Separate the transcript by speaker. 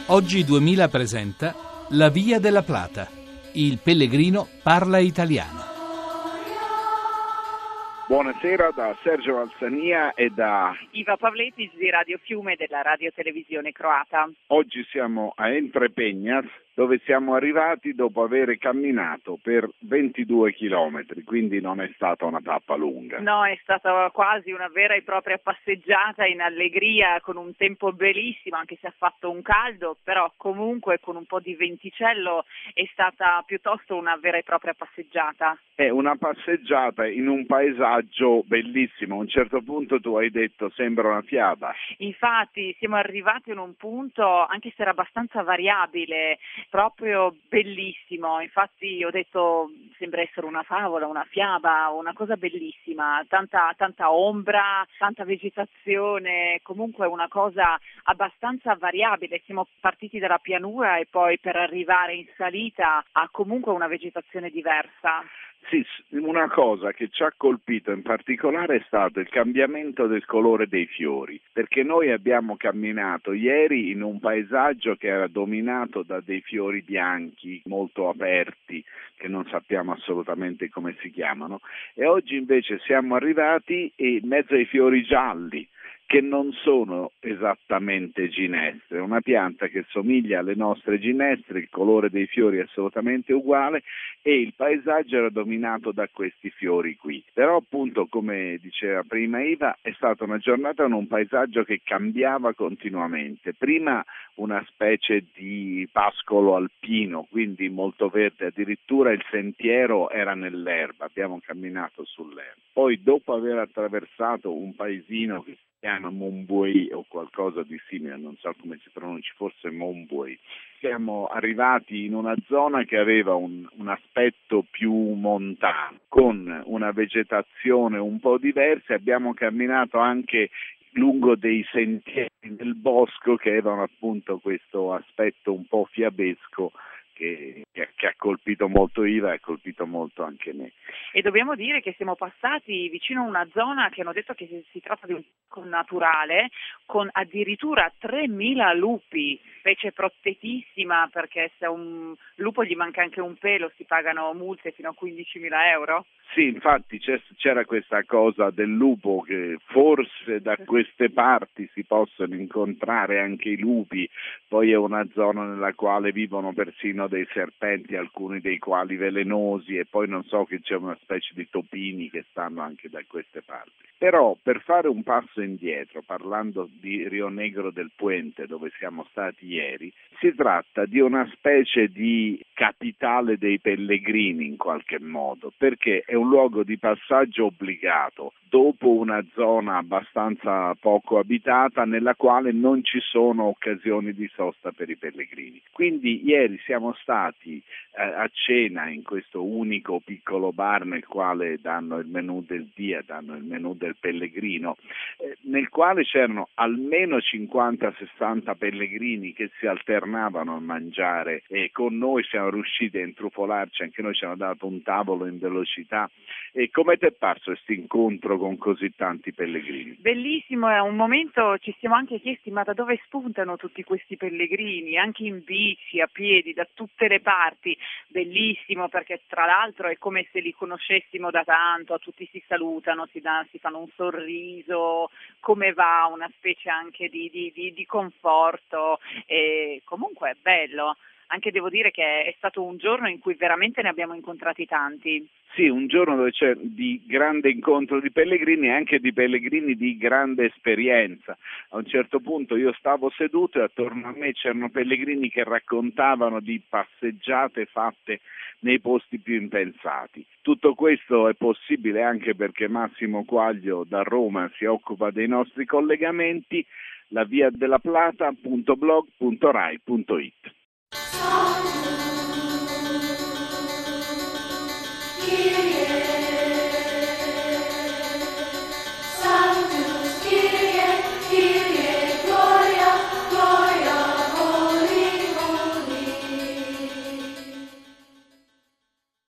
Speaker 1: Oggi 2000 presenta La Via della Plata. Il pellegrino parla italiano.
Speaker 2: Buonasera da Sergio Valsania e da
Speaker 3: Iva Pavletis di Radio Fiume della Radio Televisione Croata.
Speaker 2: Oggi siamo a Entrepeñas, dove siamo arrivati dopo aver camminato per 22 chilometri, quindi non è stata una tappa lunga.
Speaker 3: No, è stata quasi una vera e propria passeggiata in allegria, con un tempo bellissimo, anche se ha fatto un caldo, però comunque con un po' di venticello è stata piuttosto una vera e propria passeggiata.
Speaker 2: È una passeggiata in un paesaggio bellissimo. A un certo punto tu hai detto sembra una fiaba.
Speaker 3: Infatti siamo arrivati in un punto, anche se era abbastanza variabile, proprio bellissimo. Infatti ho detto sembra essere una favola, una fiaba, una cosa bellissima, tanta ombra, tanta vegetazione, comunque una cosa abbastanza variabile. Siamo partiti dalla pianura e poi per arrivare in salita ha comunque una vegetazione diversa.
Speaker 2: Sì, una cosa che ci ha colpito in particolare è stato il cambiamento del colore dei fiori, perché noi abbiamo camminato ieri in un paesaggio che era dominato da dei fiori bianchi molto aperti, che non sappiamo assolutamente come si chiamano, e oggi invece siamo arrivati in mezzo ai fiori gialli, che non sono esattamente ginestre, è una pianta che somiglia alle nostre ginestre, il colore dei fiori è assolutamente uguale e il paesaggio era dominato da questi fiori qui. Però appunto, come diceva prima Iva, è stata una giornata con un paesaggio che cambiava continuamente. Prima una specie di pascolo alpino, quindi molto verde, addirittura il sentiero era nell'erba, abbiamo camminato sull'erba. Poi dopo aver attraversato un paesino che si chiama Montbui o qualcosa di simile, non so come si pronunci, forse Montbui, siamo arrivati in una zona che aveva un aspetto più montano, con una vegetazione un po' diversa. Abbiamo camminato anche lungo dei sentieri del bosco che avevano appunto questo aspetto un po' fiabesco che ha colpito molto Iva e ha colpito molto anche me.
Speaker 3: E dobbiamo dire che siamo passati vicino a una zona che hanno detto che si tratta di un parco naturale con addirittura 3.000 lupi, specie protettissima, perché se a un lupo gli manca anche un pelo si pagano multe fino a 15.000 euro.
Speaker 2: Sì, infatti c'era questa cosa del lupo, che forse da queste parti si possono incontrare anche i lupi, poi è una zona nella quale vivono persino dei serpenti, alcuni dei quali velenosi, e poi non so che c'è una specie di topini che stanno anche da queste parti. Però per fare un passo indietro, parlando di Rio Negro del Puente, dove siamo stati ieri, si tratta di una specie di capitale dei pellegrini in qualche modo, perché è un luogo di passaggio obbligato dopo una zona abbastanza poco abitata nella quale non ci sono occasioni di sosta per i pellegrini. Quindi ieri siamo stati a cena in questo unico piccolo bar nel quale danno il menù del dia, danno il menù del pellegrino, nel quale c'erano almeno 50-60 pellegrini che si alternavano a mangiare, e con noi siamo riusciti a intrufolarci, anche noi ci hanno dato un tavolo in velocità. E come ti è parso questo incontro con così tanti pellegrini?
Speaker 3: Bellissimo, è un momento, ci siamo anche chiesti ma da dove spuntano tutti questi pellegrini, anche in bici, a piedi, da tutte le parti. Bellissimo, perché tra l'altro è come se li conoscessimo da tanto, a tutti si salutano, si fanno un sorriso, come va, una specie anche di conforto, e comunque è bello. Anche devo dire che è stato un giorno in cui veramente ne abbiamo incontrati tanti.
Speaker 2: Sì, un giorno dove c'è di grande incontro di pellegrini e anche di pellegrini di grande esperienza. A un certo punto io stavo seduto e attorno a me c'erano pellegrini che raccontavano di passeggiate fatte nei posti più impensati. Tutto questo è possibile anche perché Massimo Quaglio da Roma si occupa dei nostri collegamenti. laviadelaplata.blog.rai.it.
Speaker 4: Here